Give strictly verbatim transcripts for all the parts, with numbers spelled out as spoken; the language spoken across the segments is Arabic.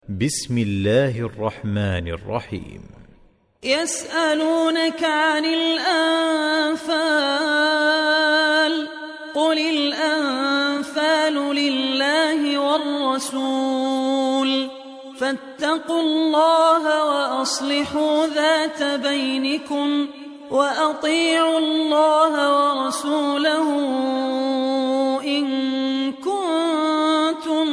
بسم الله الرحمن الرحيم. يسألونك عن الأنفال قل الأنفال لله والرسول فاتقوا الله وأصلحوا ذات بينكم وأطيعوا الله ورسوله إن كنتم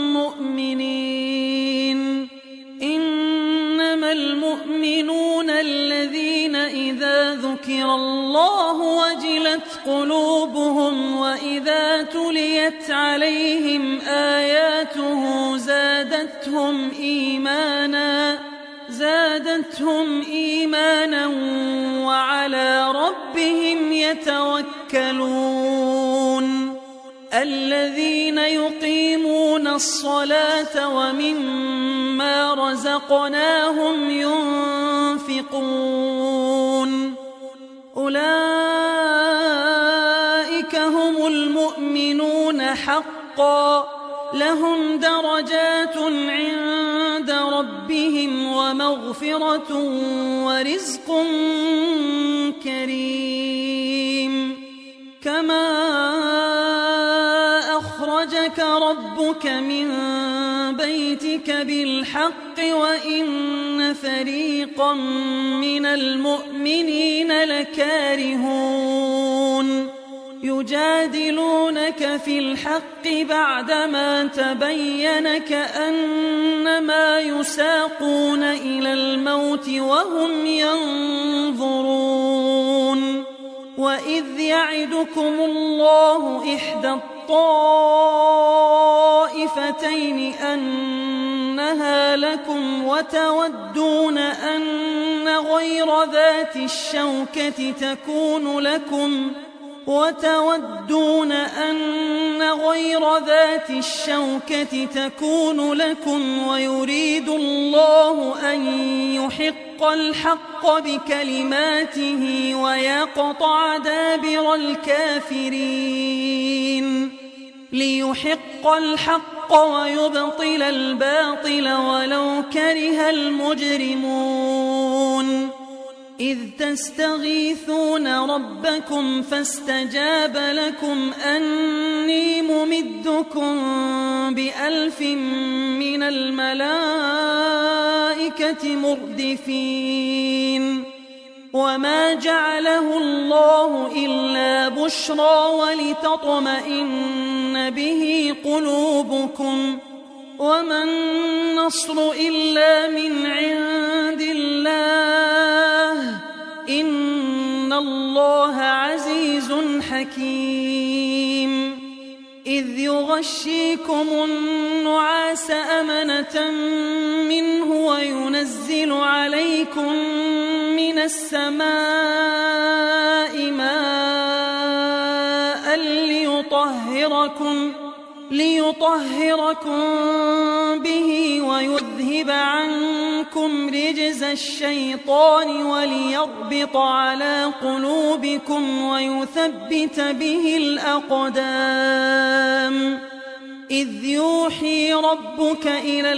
مؤمنين. إنما المؤمنون الذين إذا ذكر الله وجلت قلوبهم وإذا تليت عليهم آياته زادتهم إيمانا زادتهم إيمانا وعلى ربهم يتوكلون. الذين يقيمون الصلاة ومما رزقناهم ينفقون أولئك هم المؤمنون حقا لهم درجات عند ربهم ومغفرة ورزق كريم. كما أخرجك ربك من بيتك بالحق وإن فريقا من المؤمنين لكارهون يجادلونك في الحق بعدما تبين كأنما يساقون إلى الموت وهم ينظرون. وإذ يعدكم الله إحدى الطائفتين أنها لكم وتودون أن غير ذات الشوكة تكون لكم وتودون أن غير ذات الشوكة تكون لكم ويريد الله أن يحق الحق بكلماته ويقطع دابر الكافرين ليحق الحق ويبطل الباطل ولو كره المجرمون. إذ تستغيثون ربكم فاستجاب لكم أني ممدكم بألف من الملائكة مردفين. وما جعله الله إلا بشرى ولتطمئن به قلوبكم وما النصر إلا من عند الله إن الله عزيز حكيم. إذ يغشيكم النعاس أمنة منه وينزل عليكم من السماء ماء ليطهركم ليطهركم به ويذهب عنكم رجز الشيطان وليربط على قلوبكم ويثبت به الأقدام. إذ يوحي ربك إلى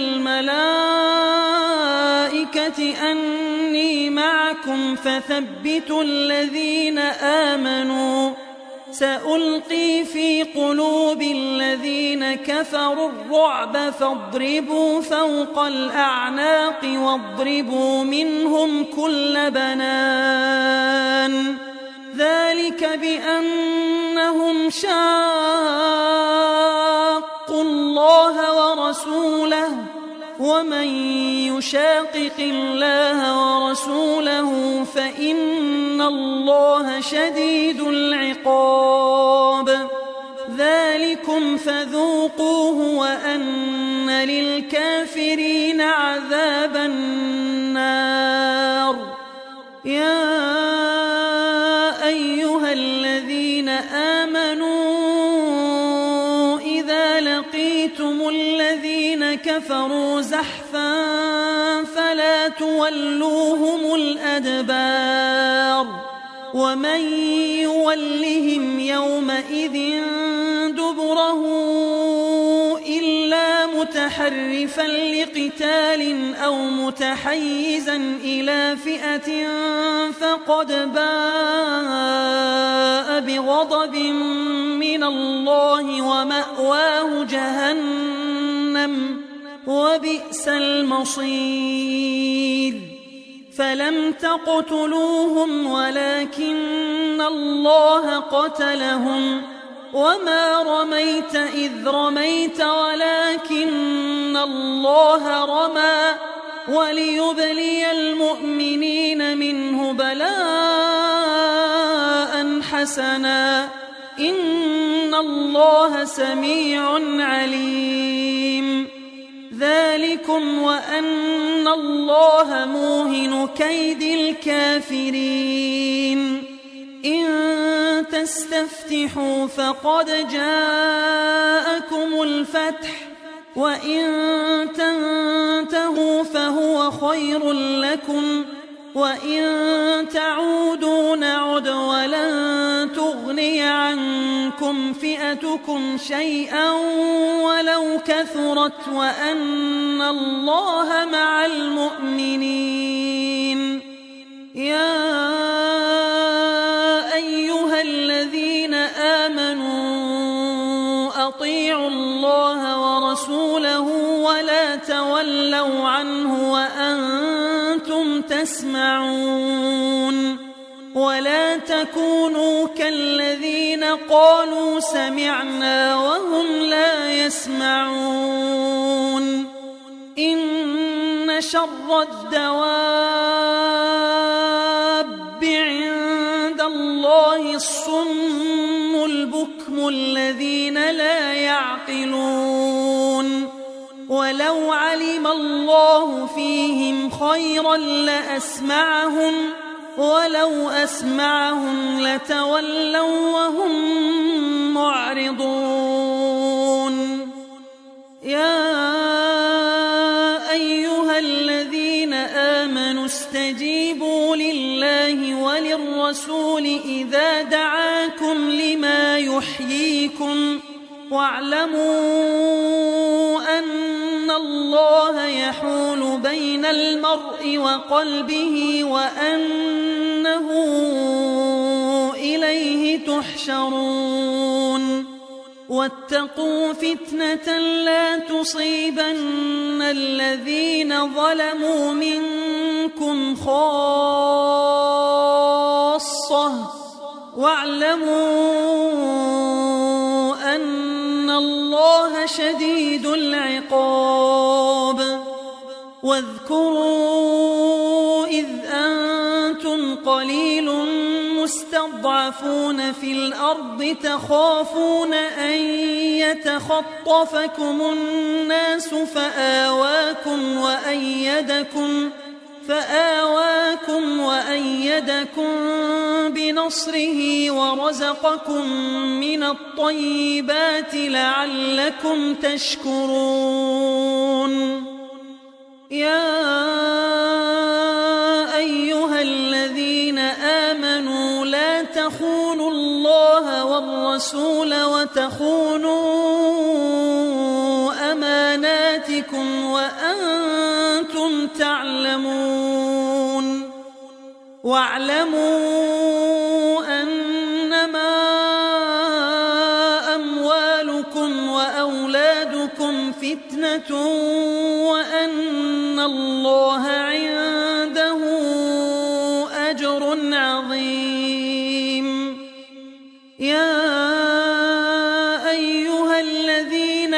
الملائكة أني معكم فثبتوا الذين آمنوا سألقي في قلوب الذين كفروا الرعب فاضربوا فوق الأعناق واضربوا منهم كل بنان. ذلك بأنهم شاقوا الله ورسوله ومن يشاقق الله ورسوله فإن الله شديد العقاب. ذلكم فذوقوه وأن للكافرين عذاب النار. يا أيها الذين آمنوا إذا لقيتم الذين كفروا زحفا فلا تولوهم الأدبار ومن يولهم يومئذ دبره إلا متحرفا لقتال أو متحيزا إلى فئة فقد باء بغضب من الله ومأواه جهنم وبئس المصير فلم تقتلوهم ولكن الله قتلهم وما رميت إذ رميت ولكن الله رمى وليبلي المؤمنين منه بلاء حسنا إن الله سميع عليم ذلكم وأن الله موهن كيد الكافرين إن تستفتحوا فقد جاءكم الفتح وإن تنتهوا فهو خير لكم وإن تعودوا نعد ولن تغني عنكم فئتكم شيئا ولو كثرت وأن الله مع المؤمنين يا أيها الذين آمنوا أطيعوا الله ورسوله ولا تولوا عنه وأنتم تسمعون ولا تكونوا كالذين قالوا سمعنا وهم لا يسمعون إن شر الدواب عند الله الصم البكم الذين لا يعقلون ولو علم الله فيهم خيرا لأسمعهم ولو أسمعهم لتولوا وهم معرضون يا أيها الذين آمنوا استجيبوا لله وللرسول إذا دعاكم لما يحييكم واعلموا أن الله يحول بين المرء وقلبه وأنه إليه تحشرون واتقوا فتنة لا تصيبن الذين ظلموا منكم خاصة واعلموا أن الله شديد العقاب واذكروا إذ أنتم قليل مستضعفون في الأرض تخافون أن يتخطفكم الناس فآواكم وأيدكم فآواكم وأيدكم بنصره ورزقكم من الطيبات لعلكم تشكرون يا أيها الذين آمنوا لا تخونوا الله والرسول وتخونوا أماناتكم وأنتم تعلمون واعلموا أنما أموالكم وأولادكم فتنة وأن الله عنده أجر عظيم يا أيها الذين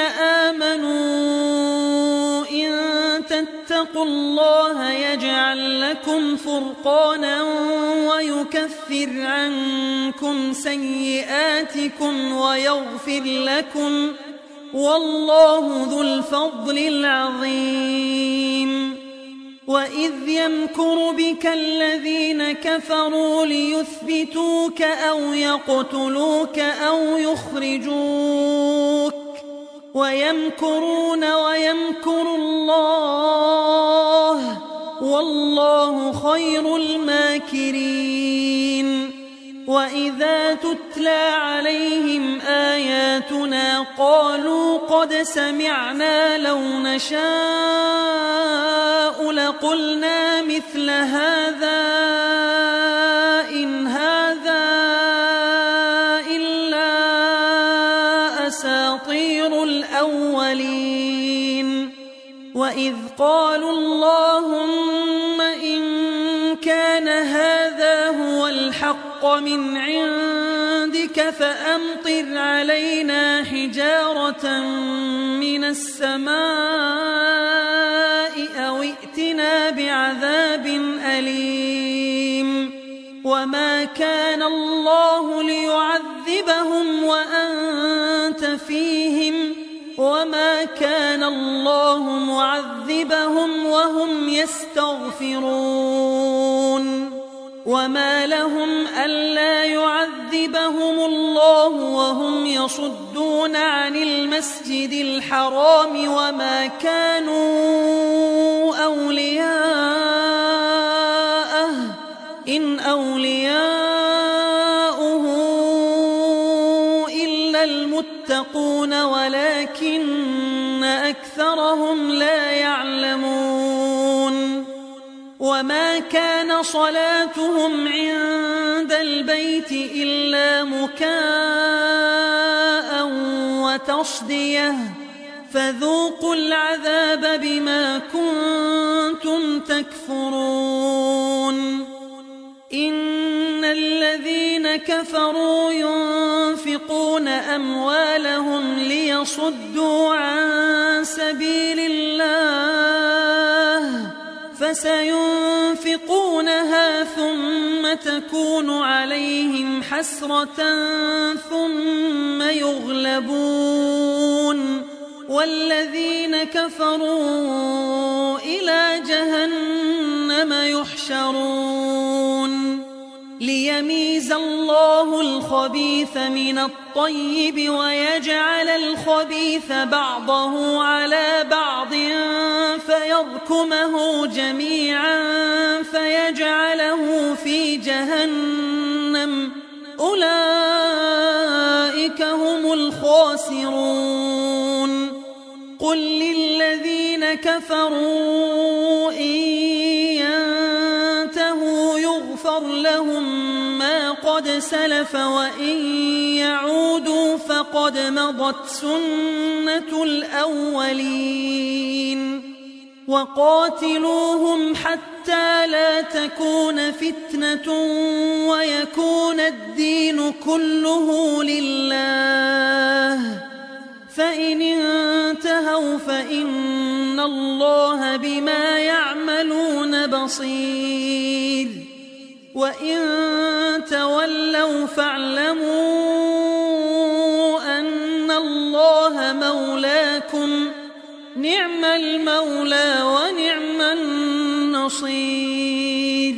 آمنوا إن تتقوا الله يجعل لكم فرقانا ويكفر عنكم سيئاتكم ويغفر لكم والله ذو الفضل العظيم وإذ يمكر بك الذين كفروا ليثبتوك أو يقتلوك أو يخرجوك ويمكرون ويمكر الله والله خير الماكرين وإذا تتلى عليهم آياتنا قالوا قد سمعنا لو نشاء لقلنا مثل هذا إن هذا إلا أساطير الأولين وإذ قالوا اللهم إن كان هذا هو الحق من عندك فأمطر علينا حجارة من السماء أو ائتنا بعذاب أليم وما كان الله ليعذبهم وأنت فيهم وما كان الله معذبهم وهم يستغفرون وما لهم ألا يعذبهم الله وهم يصدون عن المسجد الحرام وما كانوا أولياءه إن أولياؤه إلا المتقون ولكن أكثرهم لا يعلمون وما كان صلاتهم عند البيت إلا مكاء وتصدية فذوقوا العذاب بما كنتم تكفرون إن الذين كفروا ينفقون أموالهم ليصدوا عن سبيل الله فسينفقونها ثم تكون عليهم حسرة ثم يغلبون والذين كفروا إلى جهنم يحشرون ليميز الله الخبيث من الطيب ويجعل الخبيث بعضه على بعض فيركمه جميعا فيجعله في جهنم أولئك هم الخاسرون قل للذين كفروا إن ينتهوا يغفر لهم ما قد سلف وإن يعودوا فقد مضت سنة الأولين وقاتلوهم حتى لا تكون فتنة ويكون الدين كله لله فإن انتهوا فإن الله بما يعملون بصير وإن تولوا فاعلموا أن الله مولاكم نعم المولى ونعم النصير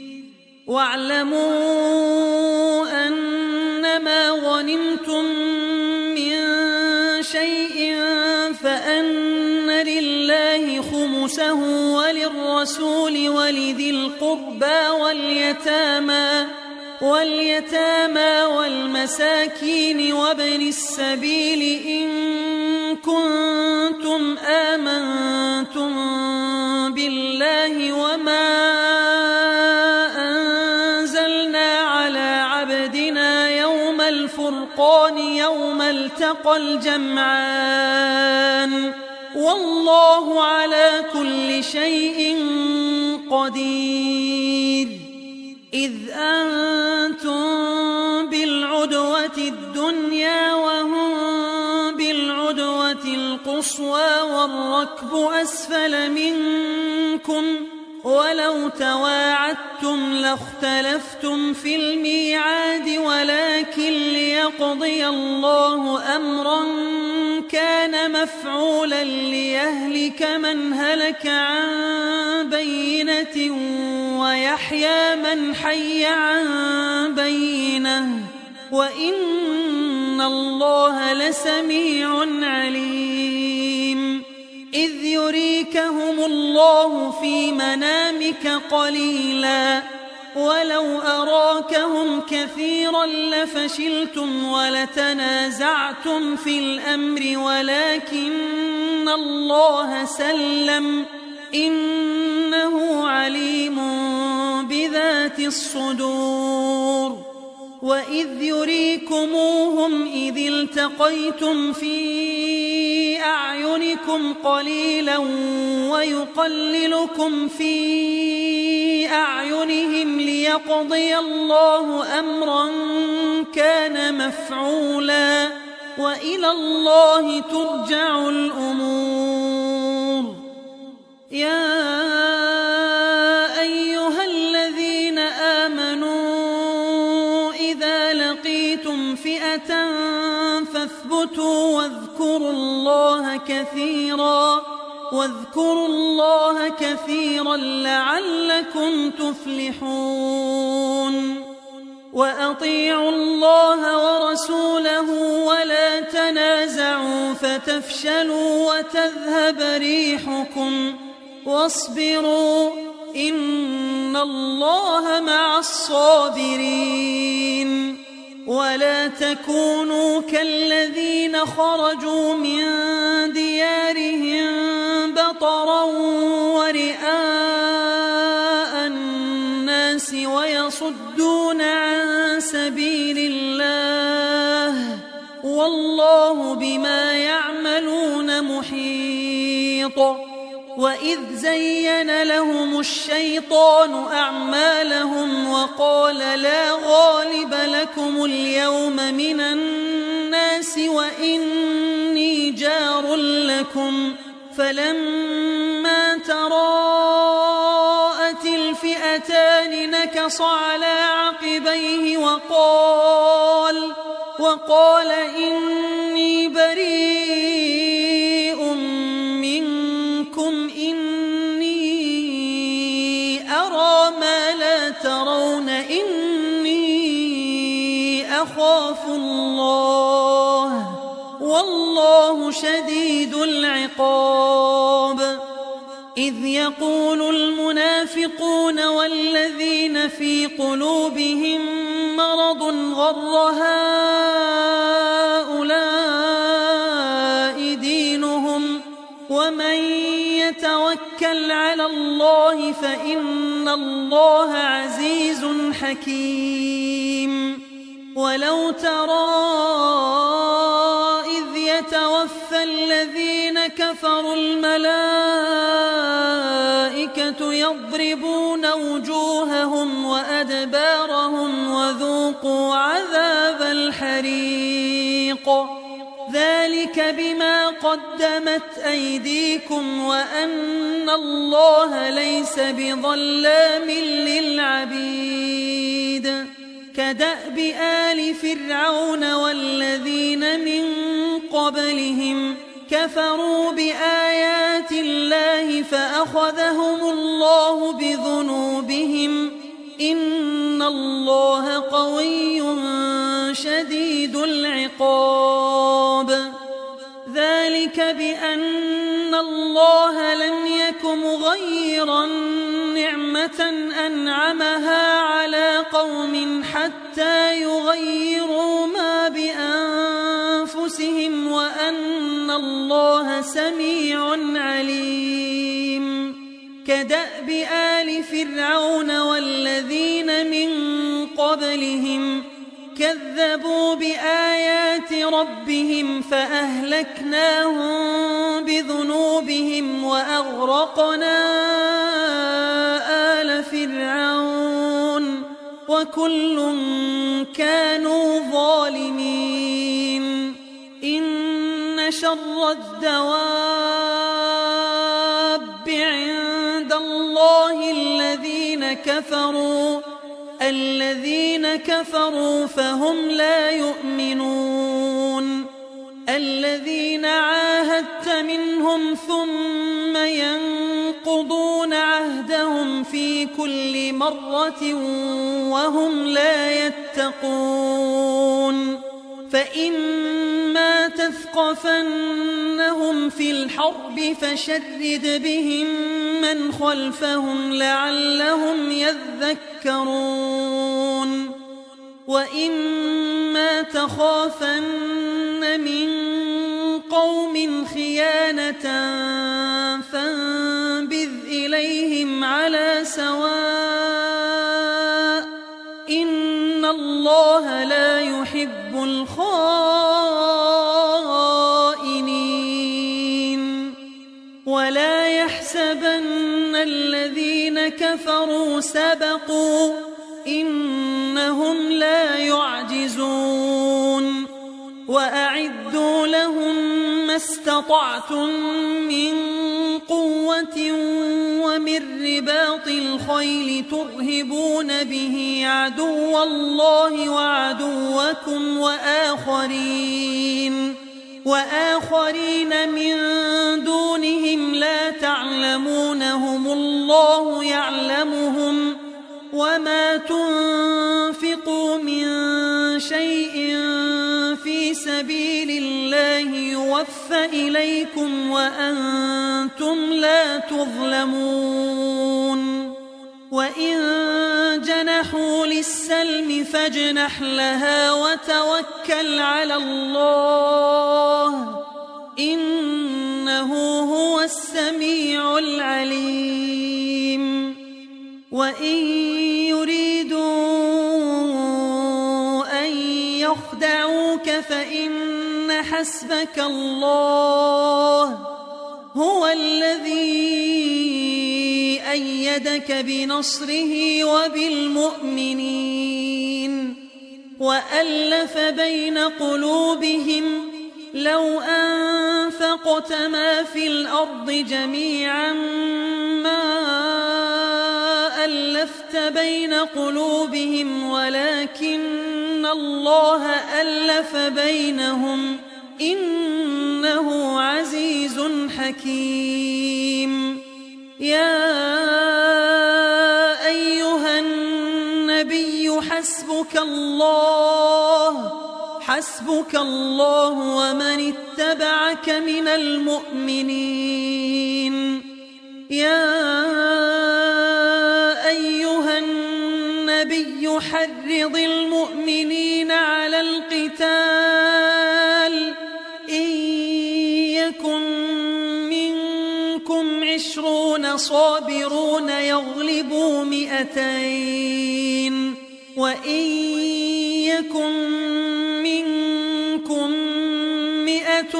واعلموا أنما غنمتم من شيء فأن لله خمسه وللرسول ولذي القربى واليتامى واليتامى والمساكين وابن السبيل إن كنتم آمنتم بالله وما أنزلنا على عبدنا يوم الفرقان يوم التقى الجمعان والله على كل شيء قدير إذ أنتم بالعدوة الدنيا وهم بالعدوة القصوى والركب أسفل منكم ولو تواعدتم لاختلفتم في الميعاد ولكن ليقضي الله أمرا كان مفعولا ليهلك من هلك عن بينة ويحيى من حي عن بينة وإن الله لسميع عليم إذ يريكهم الله في منامك قليلا ولو أراكهم كثيرا لفشلتم ولتنازعتم في الأمر ولكن الله سلم إنه عليم بذات الصدور وإذ يريكموهم إذ التقيتم في أعينكم قليلا ويقللكم في أعينهم ليقضي الله أمرا كان مفعولا وإلى الله ترجع الأمور. يا أيها الذين آمنوا إذا لقيتم فئة فاثبتوا واذكروا الله كثيرا واذكروا الله كثيرا لعلكم تفلحون. وأطيعوا الله ورسوله ولا تنازعوا فتفشلوا وتذهب ريحكم واصبروا إن الله مع الصابرين. ولا تكونوا كالذين خرجوا من ديارهم بطرا ورئاء الناس ويصدون عن سبيل الله والله بما يعملون محيط. وإذ زين لهم الشيطان أعمالهم وقال لا غالب لكم اليوم من الناس وإني جار لكم فلما تراءت الفئتان نكص على عقبيه وقال وقال إني بريء منكم إني أرى ما لا ترون إني أخاف الله والله شديد العقاب. إذ يقول المنافقون والذين في قلوبهم مرض غر هؤلاء دينهم ومن يتوكل على الله فإن الله عزيز حكيم. ولو ترى إذ يتوفى الذين كفروا الملائكة يضربون وجوههم وأدبارهم وذوقوا عذاب الحريق ذلك بما قدمت أيديكم وأن الله ليس بظلام للعبيد. كدأب آل فرعون والذين من قبلهم كفروا بآيات الله فأخذهم الله بذنوبهم إن الله قوي شديد العقاب. ذلك بأن الله لم يك مغيرا نعمة أنعمها على قوم حتى يغيروا ما بأنفسهم وأن الله سميع عليم. كدأب آل فرعون والذين من قبلهم كذبوا بآيات ربهم فأهلكناهم بذنوبهم وأغرقنا آل فرعون وكل كانوا ظالمين. إن شر الدواب عند الله الذين كفروا الذين كفروا فهم لا يؤمنون. الذين عاهدت منهم ثم ينقضون عهدهم في كل مرة وهم لا يتقون. فإما تثقفنهم في الحرب فشرد بهم من خلفهم لعلهم يذكرون وإما تخافن من قوم خيانة فانبذ إليهم على سواء إن الله لا يحب الخائنين ولا يحسبن الذين كفروا سبقوا إنهم لا يعجزون وأعدوا لهم ما استطعتم من قوة ومن رباط الخيل ترهبون به عدو الله وعدوكم وآخرين وآخرين من دونهم لا تعلمونهم الله يعلمهم وما تنفقوا من شيء في سبيل الله يوفى إليكم وأنتم لا تظلمون وإن جنحوا للسلم فاجنح لها وتوكل على الله إنه هو السميع العليم وإن يريدوا أن يخدعوك فإن حسبك الله هو الذي أيدك بنصره وبالمؤمنين وألف بين قلوبهم لو أنفقت ما في الأرض جميعا ما ألفت بين قلوبهم ولكن الله ألف بينهم إنه عزيز حكيم يا أيها النبي حسبك الله حسبك الله ومن اتبعك من المؤمنين يا أيها النبي حرض المؤمنين على القتال إن يكن منكم عشرون صابرون يغلبوا مئتين وإن يكن منكم مئة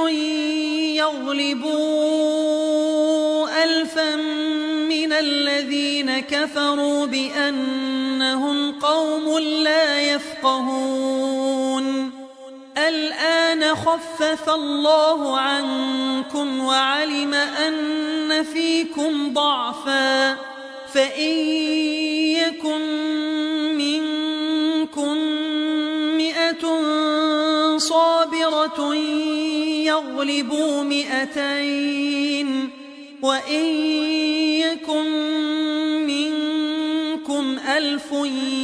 يغلبوا ألفا من الذين كفروا بأنهم قوم لا يفقهون الآن خفف الله عنكم وعلم أن فيكم ضعفا فإن يكن منكم مئة صابرة يغلبوا مئتين وإن يكن منكم ألف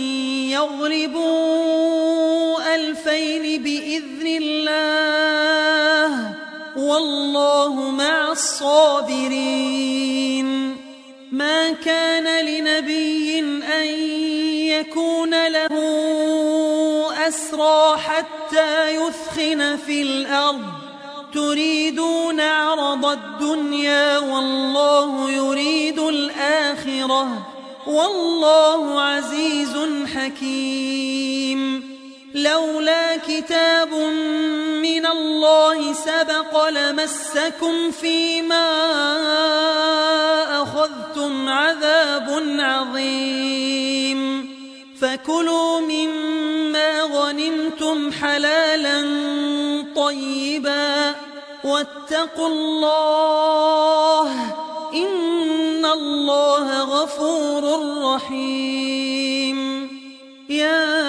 يغلبوا ألفين بإذن الله والله مع الصابرين ما كان لنبي أن يكون له أسرى حتى يثخن في الأرض تريدون عرض الدنيا والله يريد الآخرة والله عزيز حكيم لولا كتاب من الله سبق لمسكم فيما أخذتم عذاب عظيم فكلوا مما غنمتم حلالا طيبا واتقوا الله إن الله غفور رحيم يا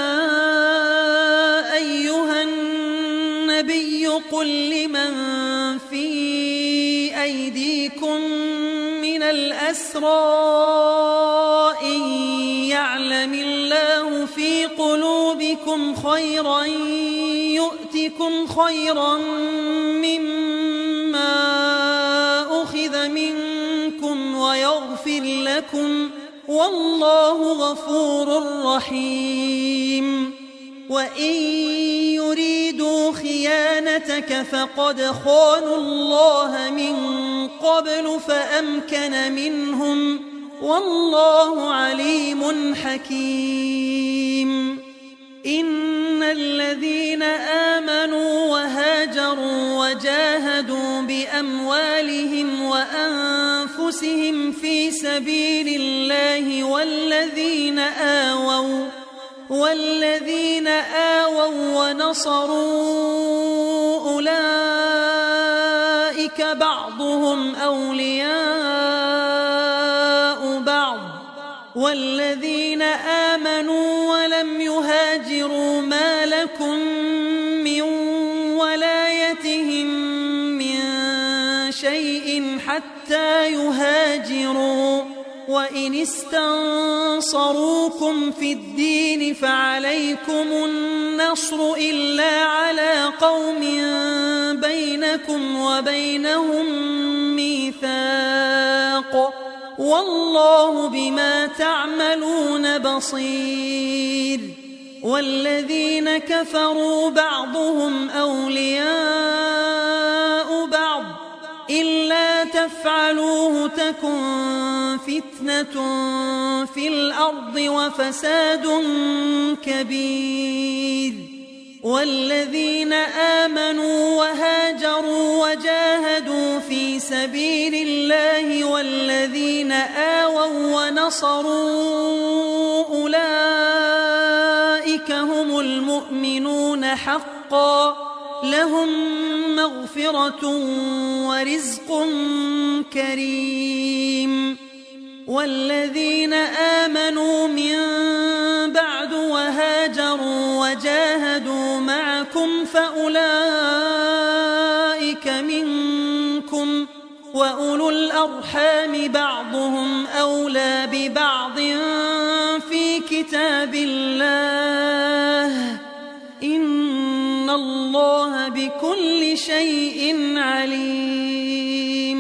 أيها النبي قل لمن في أيديكم من الأسرى إن يعلم الله في قلوبكم خيرا يؤتكم خيرا مما أخذ منكم ويغفر يغفر لكم والله غفور رحيم وإن يريدوا خيانتك فقد خانوا الله من قبل فأمكن منهم والله عليم حكيم إن الذين آمنوا وهاجروا وجاهدوا بأموالهم وأنفسهم في سبيل الله والذين آووا والذين آووا ونصروا أولئك بعضهم أولياء بعض والذين آمنوا ولم يهاجروا ما لكم من ولايتهم من شيء حتى يهاجروا وإن استنصروكم في الدين فعليكم النصر إلا على قوم بينكم وبينهم ميثاق والله بما تعملون بصير والذين كفروا بعضهم أولياء بعض إلا تفعلوه تكن فتنة في الأرض وفساد كبير والذين آمنوا وهاجروا وجاهدوا في سبيل الله والذين آووا ونصروا أولئك هم المؤمنون حقا لهم مغفرة ورزق كريم والذين آمنوا من بعد وهاجروا وجاهدوا معكم فأولئك منكم وأولو الأرحام بعضهم أولى ببعض في كتاب الله إن الله بكل شيء عليم